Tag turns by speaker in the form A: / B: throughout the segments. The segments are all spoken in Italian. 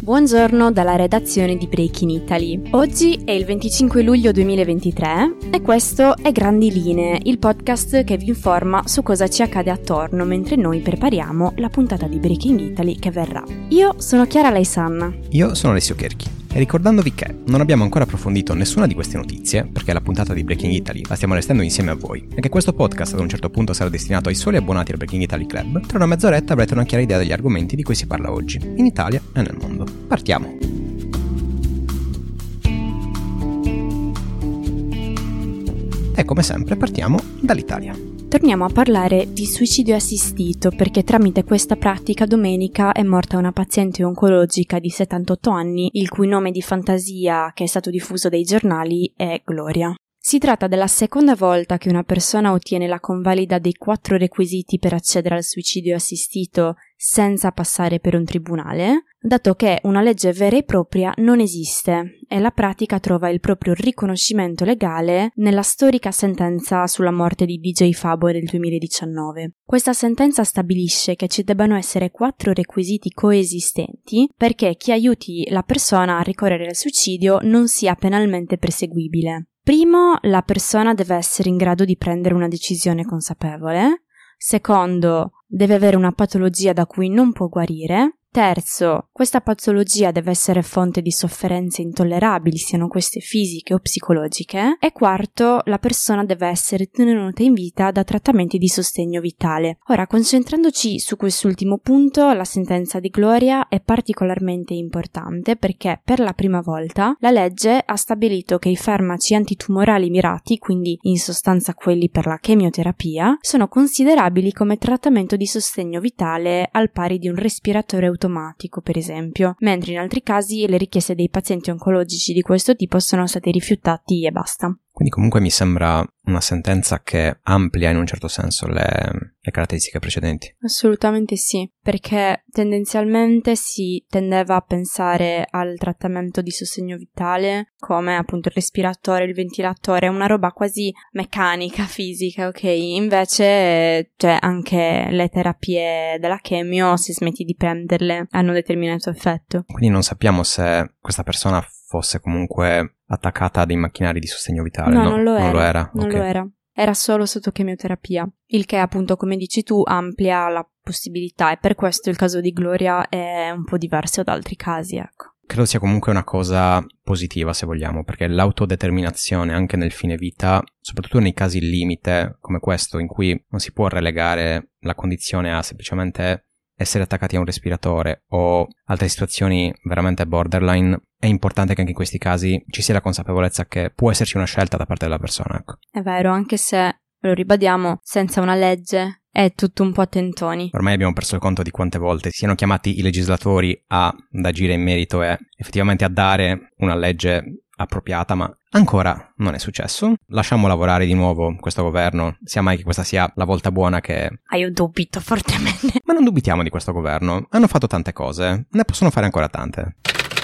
A: Buongiorno dalla redazione di Breaking Italy. Oggi è il 25 luglio 2023 e questo è Grandi Linee, il podcast che vi informa su cosa ci accade attorno mentre noi prepariamo la puntata di Breaking Italy che verrà. Io sono Chiara Laisanna.
B: Io sono Alessio Cherchi. E ricordandovi che non abbiamo ancora approfondito nessuna di queste notizie, perché la puntata di Breaking Italy la stiamo restando insieme a voi, e che questo podcast ad un certo punto sarà destinato ai soli abbonati al Breaking Italy Club, tra una mezz'oretta avrete una chiara idea degli argomenti di cui si parla oggi, in Italia e nel mondo. Partiamo! E come sempre partiamo dall'Italia.
A: Torniamo a parlare di suicidio assistito perché tramite questa pratica domenica è morta una paziente oncologica di 78 anni il cui nome di fantasia che è stato diffuso dai giornali è Gloria. Si tratta della seconda volta che una persona ottiene la convalida dei 4 requisiti per accedere al suicidio assistito senza passare per un tribunale, dato che una legge vera e propria non esiste e la pratica trova il proprio riconoscimento legale nella storica sentenza sulla morte di DJ Fabo del 2019. Questa sentenza stabilisce che ci debbano essere 4 requisiti coesistenti perché chi aiuti la persona a ricorrere al suicidio non sia penalmente perseguibile. Primo, la persona deve essere in grado di prendere una decisione consapevole. Secondo, deve avere una patologia da cui non può guarire. Terzo, questa patologia deve essere fonte di sofferenze intollerabili, siano queste fisiche o psicologiche. E quarto, la persona deve essere tenuta in vita da trattamenti di sostegno vitale. Ora, concentrandoci su quest'ultimo punto, la sentenza di Gloria è particolarmente importante perché per la prima volta la legge ha stabilito che i farmaci antitumorali mirati, quindi in sostanza quelli per la chemioterapia, sono considerabili come trattamento di sostegno vitale al pari di un respiratore automatico, per esempio, mentre in altri casi le richieste dei pazienti oncologici di questo tipo sono state rifiutati e basta.
B: Quindi comunque mi sembra una sentenza che amplia in un certo senso le caratteristiche precedenti.
A: Assolutamente sì, perché tendenzialmente si tendeva a pensare al trattamento di sostegno vitale come appunto il respiratore, il ventilatore, una roba quasi meccanica, fisica, ok? Invece cioè anche le terapie della chemio, se smetti di prenderle, hanno un determinato effetto.
B: Quindi non sappiamo se questa persona fosse comunque attaccata a dei macchinari di sostegno vitale.
A: No, non lo era.
B: Non
A: lo era. Era solo sotto chemioterapia, il che appunto, come dici tu, amplia la possibilità e per questo il caso di Gloria è un po' diverso da altri casi, ecco.
B: Credo sia comunque una cosa positiva, se vogliamo, perché l'autodeterminazione anche nel fine vita, soprattutto nei casi limite come questo, in cui non si può relegare la condizione a semplicemente essere attaccati a un respiratore o altre situazioni veramente borderline, è importante che anche in questi casi ci sia la consapevolezza che può esserci una scelta da parte della persona, ecco.
A: È vero, anche se, lo ribadiamo, senza una legge è tutto un po' a tentoni.
B: Ormai abbiamo perso il conto di quante volte siano chiamati i legislatori ad agire in merito e effettivamente a dare una legge appropriata, ma ancora non è successo. Lasciamo lavorare di nuovo questo governo, sia mai che questa sia la volta buona che...
A: Io dubito fortemente.
B: Ma non dubitiamo di questo governo, hanno fatto tante cose, ne possono fare ancora tante.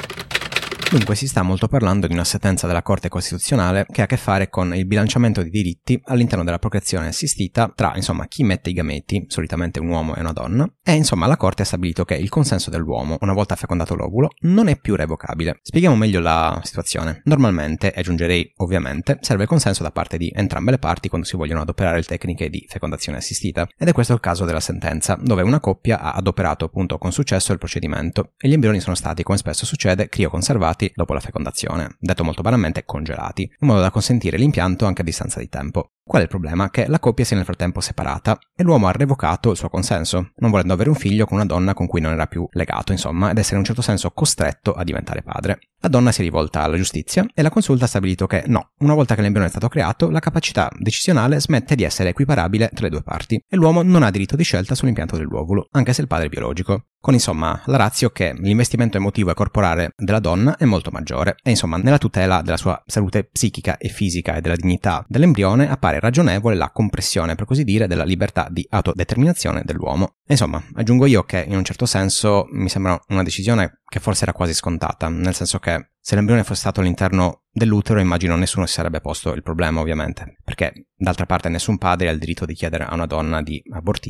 B: Dunque si sta molto parlando di una sentenza della Corte Costituzionale che ha a che fare con il bilanciamento di diritti all'interno della procreazione assistita tra, insomma, chi mette i gameti, solitamente un uomo e una donna, e, insomma, la Corte ha stabilito che il consenso dell'uomo, una volta fecondato l'ovulo, non è più revocabile. Spieghiamo meglio la situazione. Normalmente, e aggiungerei ovviamente, serve il consenso da parte di entrambe le parti quando si vogliono adoperare le tecniche di fecondazione assistita, ed è questo il caso della sentenza, dove una coppia ha adoperato appunto con successo il procedimento e gli embrioni sono stati, come spesso succede, crioconservati dopo la fecondazione, detto molto banalmente congelati, in modo da consentire l'impianto anche a distanza di tempo. Qual è il problema? Che la coppia si è nel frattempo separata e l'uomo ha revocato il suo consenso, non volendo avere un figlio con una donna con cui non era più legato, insomma, ed essere in un certo senso costretto a diventare padre. La donna si è rivolta alla giustizia e la consulta ha stabilito che no, una volta che l'embrione è stato creato, la capacità decisionale smette di essere equiparabile tra le due parti e l'uomo non ha diritto di scelta sull'impianto dell'ovulo, anche se il padre è biologico. Con insomma la ratio che l'investimento emotivo e corporale della donna è molto maggiore e insomma nella tutela della sua salute psichica e fisica e della dignità dell'embrione appare ragionevole la compressione, per così dire, della libertà di autodeterminazione dell'uomo. E insomma, aggiungo io che in un certo senso mi sembra una decisione che forse era quasi scontata, nel senso che se l'embrione fosse stato all'interno dell'utero immagino nessuno si sarebbe posto il problema, ovviamente, perché d'altra parte nessun padre ha il diritto di chiedere a una donna di abortire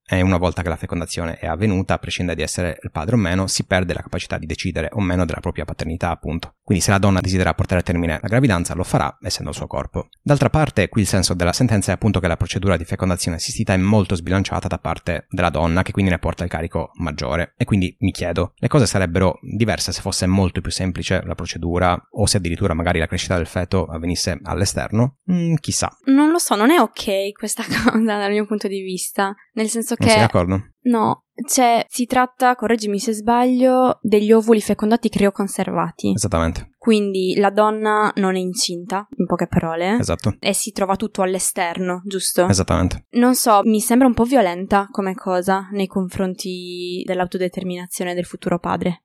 B: e una volta che la fecondazione è avvenuta, a prescindere di essere il padre o meno, si perde la capacità di decidere o meno della propria paternità, appunto. Quindi se la donna desidera portare a termine la gravidanza, lo farà, essendo il suo corpo. D'altra parte, qui il senso della sentenza è appunto che la procedura di fecondazione assistita è molto sbilanciata da parte della donna, che quindi ne porta il carico maggiore. E quindi mi chiedo, le cose sarebbero diverse se fosse molto più semplice la procedura, o se addirittura magari la crescita del feto avvenisse all'esterno? Chissà.
A: Non lo so, non è ok questa cosa dal mio punto di vista, nel senso che...
B: Non sei d'accordo?
A: No, cioè si tratta, correggimi se sbaglio, degli ovuli fecondati crioconservati.
B: Esattamente.
A: Quindi la donna non è incinta, in poche parole.
B: Esatto.
A: E si trova tutto all'esterno, giusto?
B: Esattamente.
A: Non so, mi sembra un po' violenta come cosa nei confronti dell'autodeterminazione del futuro padre.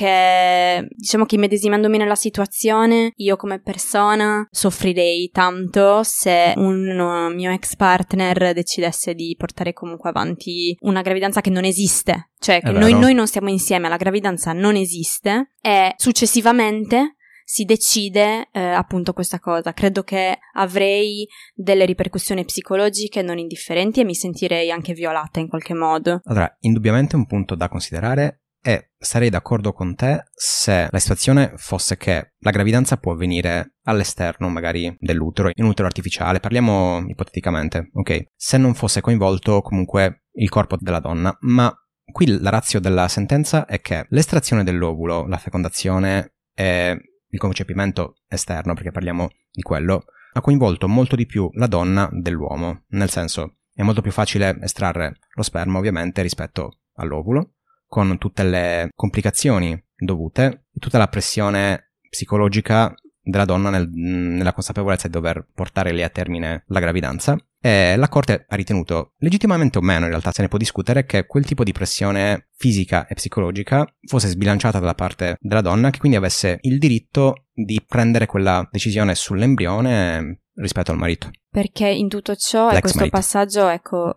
A: Perché diciamo che immedesimandomi nella situazione, io come persona soffrirei tanto se un mio ex partner decidesse di portare comunque avanti una gravidanza che non esiste. Cioè che noi non stiamo insieme, la gravidanza non esiste e successivamente si decide appunto questa cosa. Credo che avrei delle ripercussioni psicologiche non indifferenti e mi sentirei anche violata in qualche modo.
B: Allora, indubbiamente un punto da considerare, e sarei d'accordo con te se la situazione fosse che la gravidanza può avvenire all'esterno magari dell'utero, in utero artificiale, parliamo ipoteticamente, ok? Se non fosse coinvolto comunque il corpo della donna, ma qui la ratio della sentenza è che l'estrazione dell'ovulo, la fecondazione e il concepimento esterno, perché parliamo di quello, ha coinvolto molto di più la donna dell'uomo, nel senso è molto più facile estrarre lo sperma ovviamente rispetto all'ovulo, con tutte le complicazioni dovute e tutta la pressione psicologica della donna nella consapevolezza di dover portare lì a termine la gravidanza. E la Corte ha ritenuto, legittimamente o meno in realtà se ne può discutere, che quel tipo di pressione fisica e psicologica fosse sbilanciata dalla parte della donna, che quindi avesse il diritto di prendere quella decisione sull'embrione rispetto al marito.
A: Perché in tutto ciò, e questo passaggio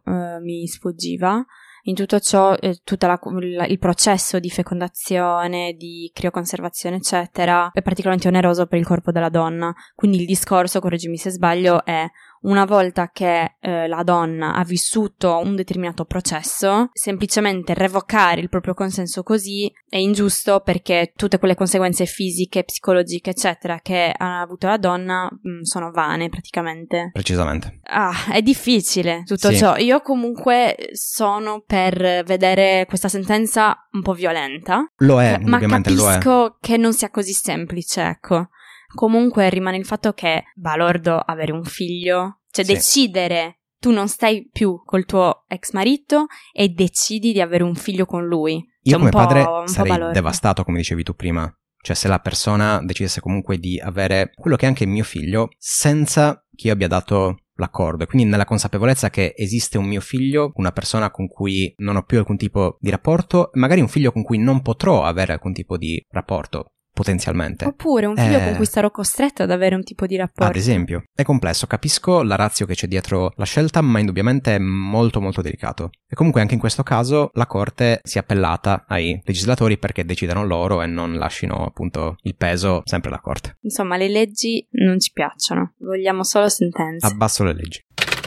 A: mi sfuggiva, in tutto ciò tutto il processo di fecondazione, di crioconservazione eccetera è particolarmente oneroso per il corpo della donna, quindi il discorso, correggimi se sbaglio, è una volta che la donna ha vissuto un determinato processo, semplicemente revocare il proprio consenso così è ingiusto, perché tutte quelle conseguenze fisiche, psicologiche eccetera che ha avuto la donna sono vane praticamente.
B: Precisamente.
A: È difficile tutto ciò. Io comunque sono per vedere questa sentenza un po' violenta.
B: Lo è,
A: ma
B: ovviamente lo è.
A: capisco che non sia così semplice, ecco. Comunque rimane il fatto che balordo avere un figlio, cioè decidere, tu non stai più col tuo ex marito e decidi di avere un figlio con lui.
B: Io come padre sarei devastato, come dicevi tu prima. Cioè se la persona decidesse comunque di avere quello che è anche mio figlio senza che io abbia dato l'accordo, e quindi nella consapevolezza che esiste un mio figlio, una persona con cui non ho più alcun tipo di rapporto, magari un figlio con cui non potrò avere alcun tipo di rapporto, potenzialmente.
A: Oppure un figlio con cui sarò costretto ad avere un tipo di rapporto.
B: Ad esempio. È complesso, capisco la ratio che c'è dietro la scelta, ma indubbiamente è molto molto delicato. E comunque anche in questo caso la Corte si è appellata ai legislatori perché decidano loro e non lasciano appunto il peso sempre alla Corte.
A: Insomma, le leggi non ci piacciono, vogliamo solo sentenze.
B: Abbasso le leggi.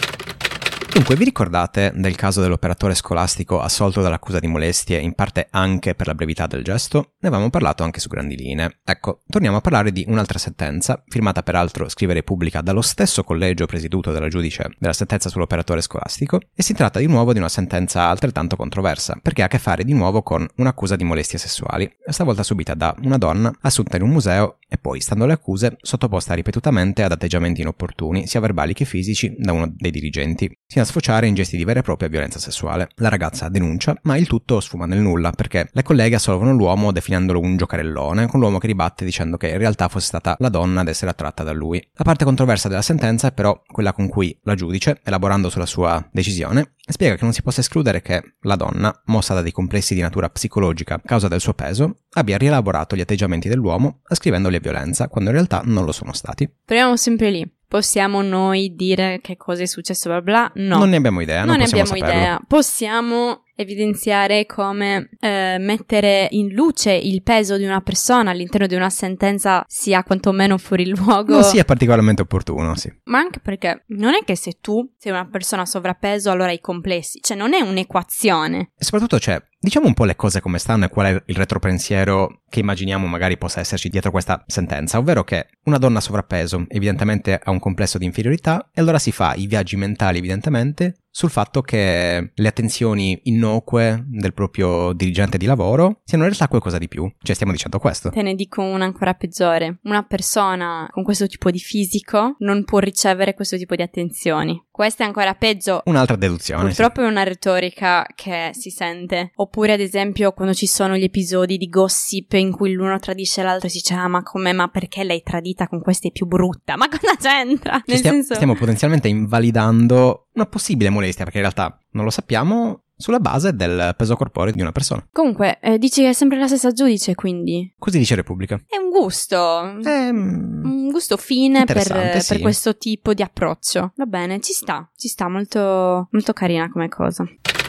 B: Dunque, vi ricordate del caso dell'operatore scolastico assolto dall'accusa di molestie, in parte anche per la brevità del gesto? Ne avevamo parlato anche su grandi linee. Ecco, torniamo a parlare di un'altra sentenza, firmata peraltro scrivere pubblica dallo stesso collegio presieduto dalla giudice della sentenza sull'operatore scolastico, e si tratta di nuovo di una sentenza altrettanto controversa, perché ha a che fare di nuovo con un'accusa di molestie sessuali, stavolta subita da una donna assunta in un museo e poi, stando alle accuse, sottoposta ripetutamente ad atteggiamenti inopportuni, sia verbali che fisici, da uno dei dirigenti, sino a sfociare in gesti di vera e propria violenza sessuale. La ragazza denuncia, ma il tutto sfuma nel nulla, perché le colleghe assolvono l'uomo definendolo un giocarellone, con l'uomo che ribatte dicendo che in realtà fosse stata la donna ad essere attratta da lui. La parte controversa della sentenza è però quella con cui la giudice, elaborando sulla sua decisione, spiega che non si possa escludere che la donna, mossa da dei complessi di natura psicologica a causa del suo peso, abbia rielaborato gli atteggiamenti dell'uomo ascrivendoli a violenza, quando in realtà non lo sono stati.
A: Proviamo sempre lì. Possiamo noi dire che cosa è successo bla bla? No.
B: Non ne abbiamo idea, non possiamo saperlo.
A: Idea. Possiamo evidenziare come mettere in luce il peso di una persona all'interno di una sentenza sia quantomeno fuori luogo.
B: Non sia particolarmente opportuno, sì.
A: Ma anche perché non è che se tu sei una persona sovrappeso allora hai complessi, cioè non è un'equazione.
B: E soprattutto diciamo un po' le cose come stanno e qual è il retropensiero che immaginiamo magari possa esserci dietro questa sentenza, ovvero che una donna sovrappeso evidentemente ha un complesso di inferiorità e allora si fa i viaggi mentali evidentemente sul fatto che le attenzioni innocue del proprio dirigente di lavoro siano in realtà qualcosa di più. Cioè stiamo dicendo questo.
A: Te ne dico una ancora peggiore. Una persona con questo tipo di fisico non può ricevere questo tipo di attenzioni. Questa è ancora peggio.
B: Un'altra deduzione.
A: Purtroppo sì. È una retorica che si sente. Oppure ad esempio quando ci sono gli episodi di gossip in cui l'uno tradisce l'altro e si dice ma come, ma perché l'hai tradita con questa è più brutta? Ma cosa c'entra?
B: Stiamo potenzialmente invalidando una possibile molestia, perché in realtà non lo sappiamo, sulla base del peso corporeo di una persona.
A: Comunque, dici che è sempre la stessa giudice, quindi?
B: Così dice Repubblica.
A: È un gusto. Un gusto fine per questo tipo di approccio. Va bene, ci sta molto, molto carina come cosa.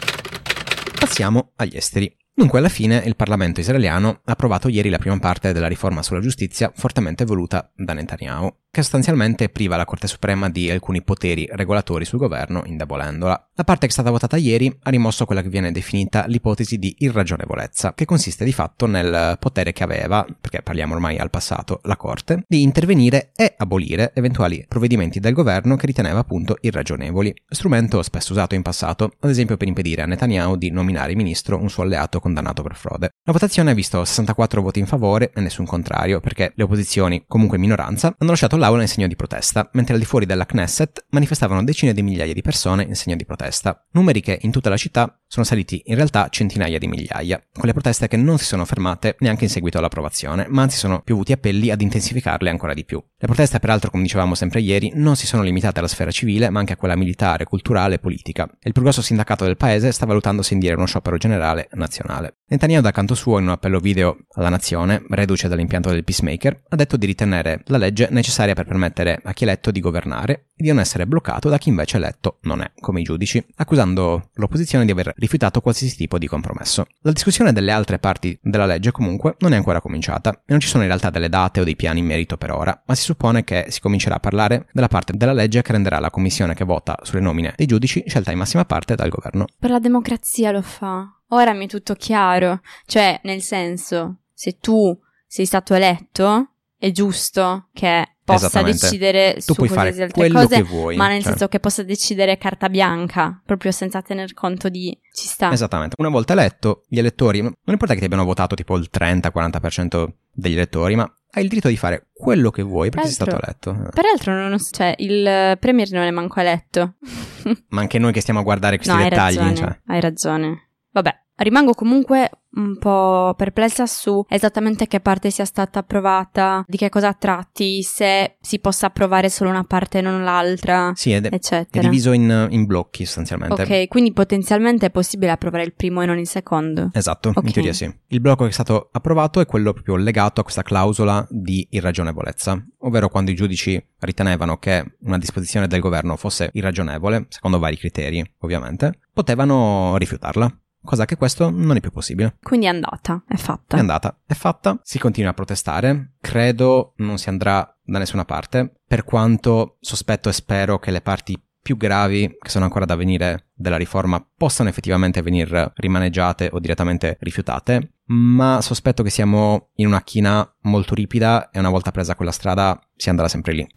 B: Passiamo agli esteri. Dunque, alla fine il Parlamento israeliano ha approvato ieri la prima parte della riforma sulla giustizia fortemente voluta da Netanyahu, che sostanzialmente priva la Corte Suprema di alcuni poteri regolatori sul governo, indebolendola. La parte che è stata votata ieri ha rimosso quella che viene definita l'ipotesi di irragionevolezza, che consiste di fatto nel potere che aveva, perché parliamo ormai al passato, la Corte, di intervenire e abolire eventuali provvedimenti del governo che riteneva appunto irragionevoli, strumento spesso usato in passato, ad esempio per impedire a Netanyahu di nominare ministro un suo alleato condannato per frode. La votazione ha visto 64 voti in favore e nessun contrario, perché le opposizioni, comunque minoranza, hanno lasciato l'aula in segno di protesta, mentre al di fuori della Knesset manifestavano decine di migliaia di persone in segno di protesta, numeri che in tutta la città sono saliti in realtà centinaia di migliaia, con le proteste che non si sono fermate neanche in seguito all'approvazione, ma anzi sono piovuti appelli ad intensificarle ancora di più. Le proteste, peraltro, come dicevamo sempre ieri, non si sono limitate alla sfera civile, ma anche a quella militare, culturale e politica. E il più grosso sindacato del paese sta valutando se indire uno sciopero generale nazionale. Netanyahu, da canto suo, in un appello video alla nazione, reduce dall'impianto del peacemaker, ha detto di ritenere la legge necessaria per permettere a chi è eletto di governare e di non essere bloccato da chi invece eletto non è, come i giudici, accusando l'opposizione di aver rifiutato qualsiasi tipo di compromesso. La discussione delle altre parti della legge, comunque, non è ancora cominciata e non ci sono in realtà delle date o dei piani in merito per ora, ma si suppone che si comincerà a parlare della parte della legge che renderà la commissione che vota sulle nomine dei giudici scelta in massima parte dal governo.
A: Per la democrazia lo fa. Ora mi è tutto chiaro, cioè nel senso, se tu sei stato eletto è giusto che possa decidere
B: tu
A: su
B: puoi fare
A: altre cose,
B: che vuoi,
A: ma nel senso che possa decidere carta bianca, proprio senza tener conto di ci sta.
B: Esattamente. Una volta eletto, gli elettori, non importa che ti abbiano votato tipo il 30-40% degli elettori, ma hai il diritto di fare quello che vuoi perché sei stato eletto.
A: Peraltro cioè, il premier non è manco eletto.
B: Ma anche noi che stiamo a guardare questi dettagli.
A: Hai ragione. Vabbè, rimango comunque un po' perplessa su esattamente che parte sia stata approvata, di che cosa tratti, se si possa approvare solo una parte e non l'altra,
B: sì,
A: eccetera.
B: È diviso in blocchi sostanzialmente.
A: Ok, quindi potenzialmente è possibile approvare il primo e non il secondo.
B: Esatto, okay. In teoria sì. Il blocco che è stato approvato è quello proprio legato a questa clausola di irragionevolezza, ovvero quando i giudici ritenevano che una disposizione del governo fosse irragionevole, secondo vari criteri ovviamente, potevano rifiutarla. Cosa che questo non è più possibile.
A: Quindi è andata, è fatta.
B: È fatta, si continua a protestare, credo non si andrà da nessuna parte, per quanto sospetto e spero che le parti più gravi che sono ancora da venire della riforma possano effettivamente venire rimaneggiate o direttamente rifiutate, ma sospetto che siamo in una china molto ripida e una volta presa quella strada si andrà sempre lì.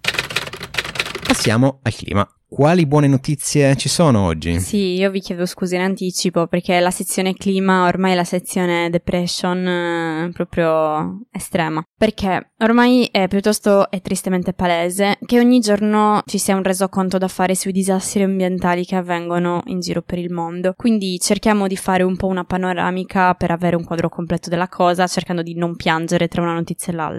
B: Passiamo al clima. Quali buone notizie ci sono oggi? Sì,
A: io vi chiedo scusa in anticipo perché la sezione clima ormai è la sezione depression proprio estrema. Perché ormai è piuttosto e tristemente palese che ogni giorno ci sia un resoconto da fare sui disastri ambientali che avvengono in giro per il mondo. Quindi cerchiamo di fare un po' una panoramica per avere un quadro completo della cosa, cercando di non piangere tra una notizia e l'altra.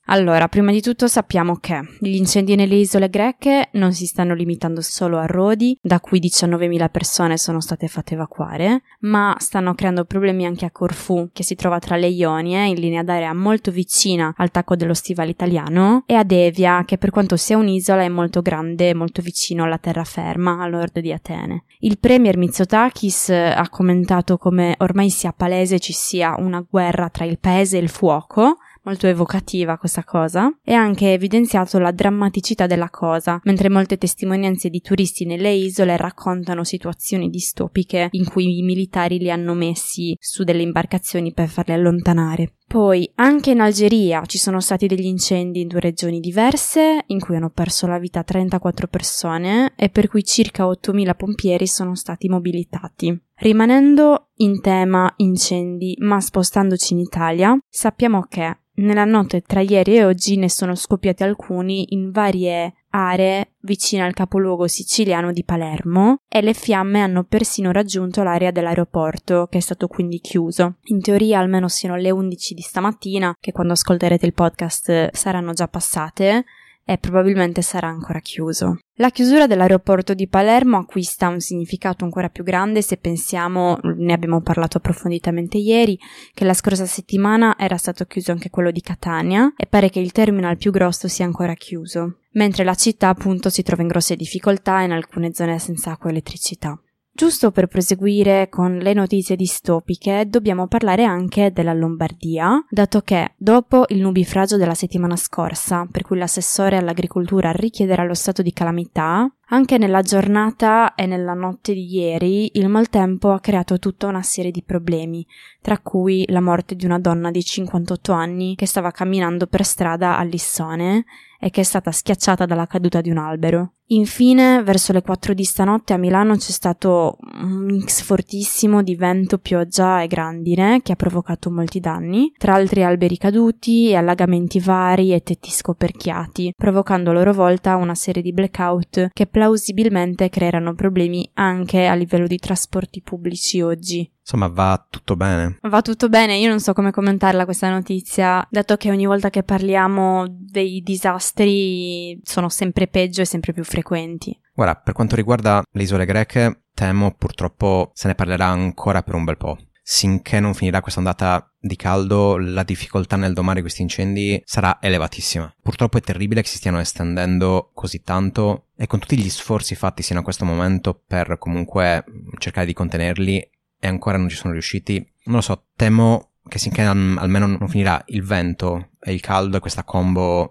A: Allora, prima di tutto sappiamo che gli incendi nelle isole greche non si stanno limitando solo a Rodi, da cui 19.000 persone sono state fatte evacuare, ma stanno creando problemi anche a Corfù, che si trova tra le Ionie, in linea d'area molto vicina al tacco dello stivale italiano, e ad Evia, che per quanto sia un'isola è molto grande, molto vicino alla terraferma, a nord di Atene. Il premier Mitsotakis ha commentato come ormai sia palese ci sia una guerra tra il paese e il fuoco, molto evocativa questa cosa, e ha anche evidenziato la drammaticità della cosa, mentre molte testimonianze di turisti nelle isole raccontano situazioni distopiche in cui i militari li hanno messi su delle imbarcazioni per farli allontanare. Poi anche in Algeria ci sono stati degli incendi in 2 regioni diverse, in cui hanno perso la vita 34 persone e per cui circa 8.000 pompieri sono stati mobilitati. Rimanendo in tema incendi, ma spostandoci in Italia, sappiamo che nella notte tra ieri e oggi ne sono scoppiati alcuni in varie aree vicine al capoluogo siciliano di Palermo e le fiamme hanno persino raggiunto l'area dell'aeroporto, che è stato quindi chiuso. In teoria almeno siano le 11 di stamattina, che quando ascolterete il podcast saranno già passate, e probabilmente sarà ancora chiuso. La chiusura dell'aeroporto di Palermo acquista un significato ancora più grande se pensiamo, ne abbiamo parlato approfonditamente ieri, che la scorsa settimana era stato chiuso anche quello di Catania e pare che il terminal più grosso sia ancora chiuso, mentre la città appunto si trova in grosse difficoltà in alcune zone senza acqua e elettricità. Giusto per proseguire con le notizie distopiche, dobbiamo parlare anche della Lombardia, dato che dopo il nubifragio della settimana scorsa, per cui l'assessore all'agricoltura richiederà lo stato di calamità, anche nella giornata e nella notte di ieri il maltempo ha creato tutta una serie di problemi, tra cui la morte di una donna di 58 anni che stava camminando per strada a Lissone e che è stata schiacciata dalla caduta di un albero. Infine, verso le 4 di stanotte a Milano c'è stato un mix fortissimo di vento, pioggia e grandine che ha provocato molti danni, tra altri alberi caduti e allagamenti vari e tetti scoperchiati, provocando a loro volta una serie di blackout che plausibilmente creeranno problemi anche a livello di trasporti pubblici oggi.
B: Insomma, va tutto bene.
A: Va tutto bene, io non so come commentarla questa notizia, dato che ogni volta che parliamo dei disastri sono sempre peggio e sempre più frequenti.
B: Guarda, per quanto riguarda le isole greche, temo purtroppo se ne parlerà ancora per un bel po'. Sinché non finirà questa ondata di caldo, la difficoltà nel domare questi incendi sarà elevatissima. Purtroppo è terribile che si stiano estendendo così tanto e con tutti gli sforzi fatti sino a questo momento per comunque cercare di contenerli e ancora non ci sono riusciti. Non lo so, temo che sinché almeno non finirà il vento e il caldo e questa combo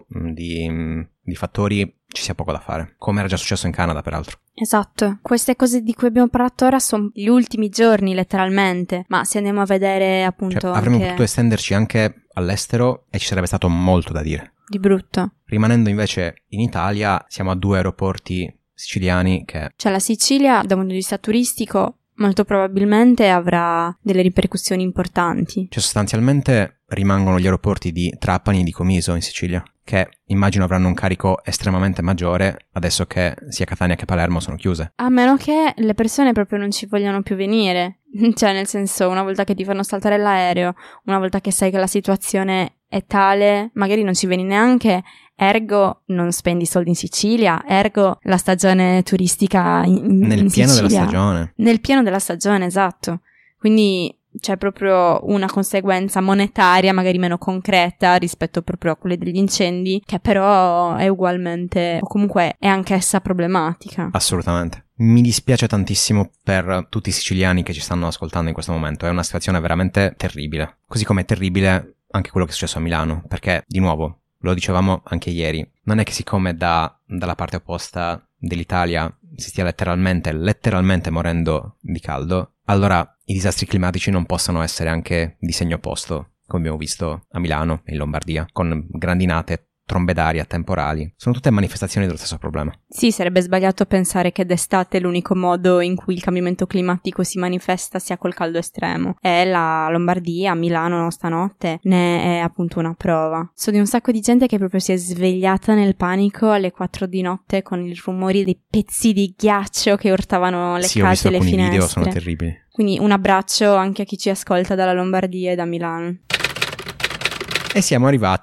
B: di fattori ci sia poco da fare, come era già successo in Canada peraltro.
A: Esatto, queste cose di cui abbiamo parlato ora sono gli ultimi giorni letteralmente, ma se andiamo a vedere appunto
B: avremmo
A: anche...
B: potuto estenderci anche all'estero e ci sarebbe stato molto da dire.
A: Di brutto.
B: Rimanendo invece in Italia, siamo a 2 aeroporti siciliani che...
A: Cioè la Sicilia, da un punto di vista turistico, molto probabilmente avrà delle ripercussioni importanti.
B: Cioè sostanzialmente rimangono gli aeroporti di Trapani e di Comiso in Sicilia, che immagino avranno un carico estremamente maggiore adesso che sia Catania che Palermo sono chiuse.
A: A meno che le persone proprio non ci vogliano più venire. Cioè nel senso, una volta che ti fanno saltare l'aereo, una volta che sai che la situazione è tale, magari non ci vieni neanche, ergo non spendi soldi in Sicilia, ergo la stagione turistica in
B: pieno
A: Sicilia.
B: Della stagione.
A: Nel pieno della stagione, esatto. Quindi c'è proprio una conseguenza monetaria, magari meno concreta rispetto proprio a quelle degli incendi, che però è ugualmente, o comunque è anch'essa problematica.
B: Assolutamente. Mi dispiace tantissimo per tutti i siciliani che ci stanno ascoltando in questo momento, è una situazione veramente terribile. Così come è terribile anche quello che è successo a Milano, perché, di nuovo, lo dicevamo anche ieri, non è che siccome dalla parte opposta dell'Italia si stia letteralmente morendo di caldo, allora i disastri climatici non possano essere anche di segno opposto, come abbiamo visto a Milano e in Lombardia, con grandinate, trombe d'aria, temporali. Sono tutte manifestazioni dello stesso problema.
A: Sì, sarebbe sbagliato pensare che d'estate l'unico modo in cui il cambiamento climatico si manifesta sia col caldo estremo. E la Lombardia, Milano stanotte ne è appunto una prova. So di un sacco di gente che proprio si è svegliata nel panico alle 4 di notte con il rumore dei pezzi di ghiaccio che urtavano le case e le finestre. Sì, ho visto alcuni video,
B: sono terribili.
A: Quindi un abbraccio anche a chi ci ascolta dalla Lombardia e da Milano.
B: E siamo arrivati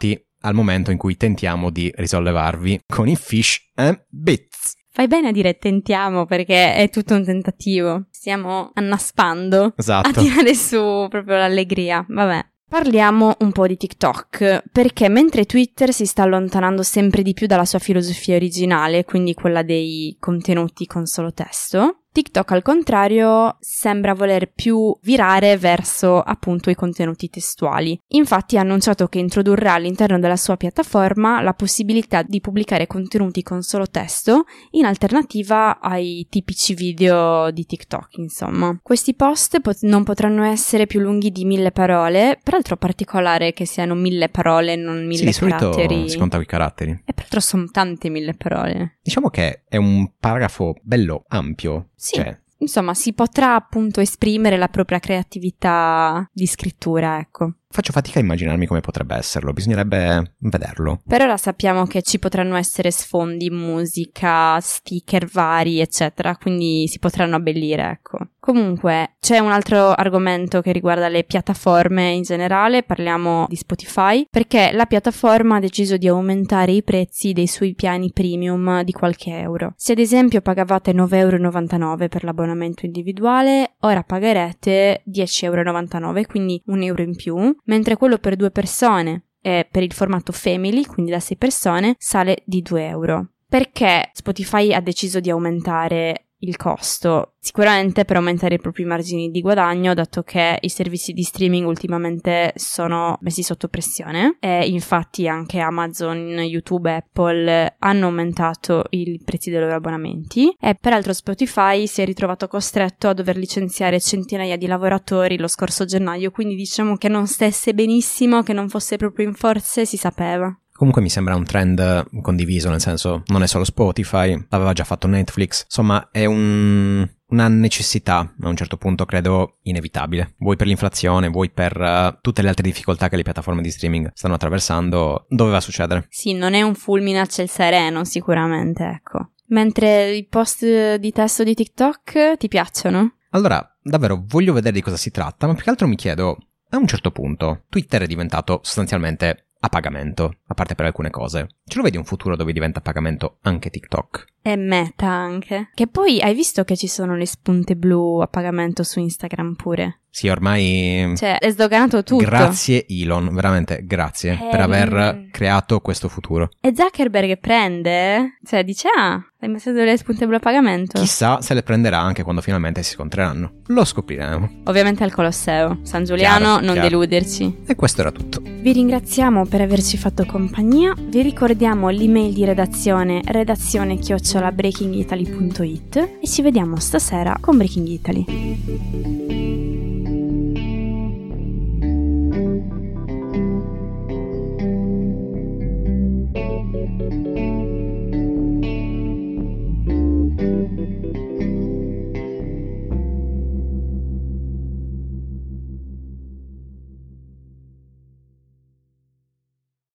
B: al momento in cui tentiamo di risollevarvi con i fish and bits.
A: Fai bene a dire tentiamo, perché è tutto un tentativo. Stiamo annaspando a tirare su proprio l'allegria. Vabbè. Parliamo un po' di TikTok, perché mentre Twitter si sta allontanando sempre di più dalla sua filosofia originale, quindi quella dei contenuti con solo testo, TikTok al contrario sembra voler più virare verso appunto i contenuti testuali. Infatti ha annunciato che introdurrà all'interno della sua piattaforma la possibilità di pubblicare contenuti con solo testo in alternativa ai tipici video di TikTok, insomma. Questi post non potranno essere più lunghi di 1000 parole, peraltro particolare che siano 1000 parole, non 1000 caratteri.
B: Di solito si conta i caratteri.
A: E peraltro sono tante 1000 parole.
B: Diciamo che è un paragrafo bello ampio.
A: Sì, insomma si potrà appunto esprimere la propria creatività di scrittura, ecco.
B: Faccio fatica a immaginarmi come potrebbe esserlo, bisognerebbe vederlo.
A: Per ora sappiamo che ci potranno essere sfondi, musica, sticker vari, eccetera, quindi si potranno abbellire, ecco. Comunque, c'è un altro argomento che riguarda le piattaforme in generale, parliamo di Spotify, perché la piattaforma ha deciso di aumentare i prezzi dei suoi piani premium di qualche euro. Se ad esempio pagavate 9,99 € per l'abbonamento individuale, ora pagherete 10,99 €, quindi €1 in più, mentre quello per 2 persone e per il formato family, quindi da 6 persone, sale di 2 euro. Perché Spotify ha deciso di aumentare il costo? Sicuramente per aumentare i propri margini di guadagno, dato che i servizi di streaming ultimamente sono messi sotto pressione e infatti anche Amazon, YouTube, Apple hanno aumentato i prezzi dei loro abbonamenti e peraltro Spotify si è ritrovato costretto a dover licenziare centinaia di lavoratori lo scorso gennaio, quindi diciamo che non stesse benissimo, che non fosse proprio in forze, si sapeva.
B: Comunque mi sembra un trend condiviso, nel senso non è solo Spotify, l'aveva già fatto Netflix, insomma è una necessità a un certo punto credo inevitabile, vuoi per l'inflazione, vuoi per tutte le altre difficoltà che le piattaforme di streaming stanno attraversando, doveva succedere.
A: Sì, non è un fulmine a ciel sereno sicuramente, ecco. Mentre i post di testo di TikTok ti piacciono?
B: Allora, davvero voglio vedere di cosa si tratta, ma più che altro mi chiedo, a un certo punto Twitter è diventato sostanzialmente a pagamento, a parte per alcune cose. Ce lo vedi un futuro dove diventa a pagamento anche TikTok?
A: E Meta anche. Che poi hai visto che ci sono le spunte blu a pagamento su Instagram pure?
B: Sì, ormai...
A: Cioè, è sdoganato tutto.
B: Grazie Elon, veramente grazie per aver creato questo futuro.
A: E Zuckerberg prende? Cioè, dice, hai messo delle spunte blu a pagamento?
B: Chissà se le prenderà anche quando finalmente si scontreranno. Lo scopriremo.
A: Ovviamente al Colosseo. San Giuliano, non deluderci.
B: E questo era tutto.
A: Vi ringraziamo per averci fatto compagnia. Vi ricordiamo l'email di redazione redazione@breakingitaly.it e ci vediamo stasera con Breaking Italy.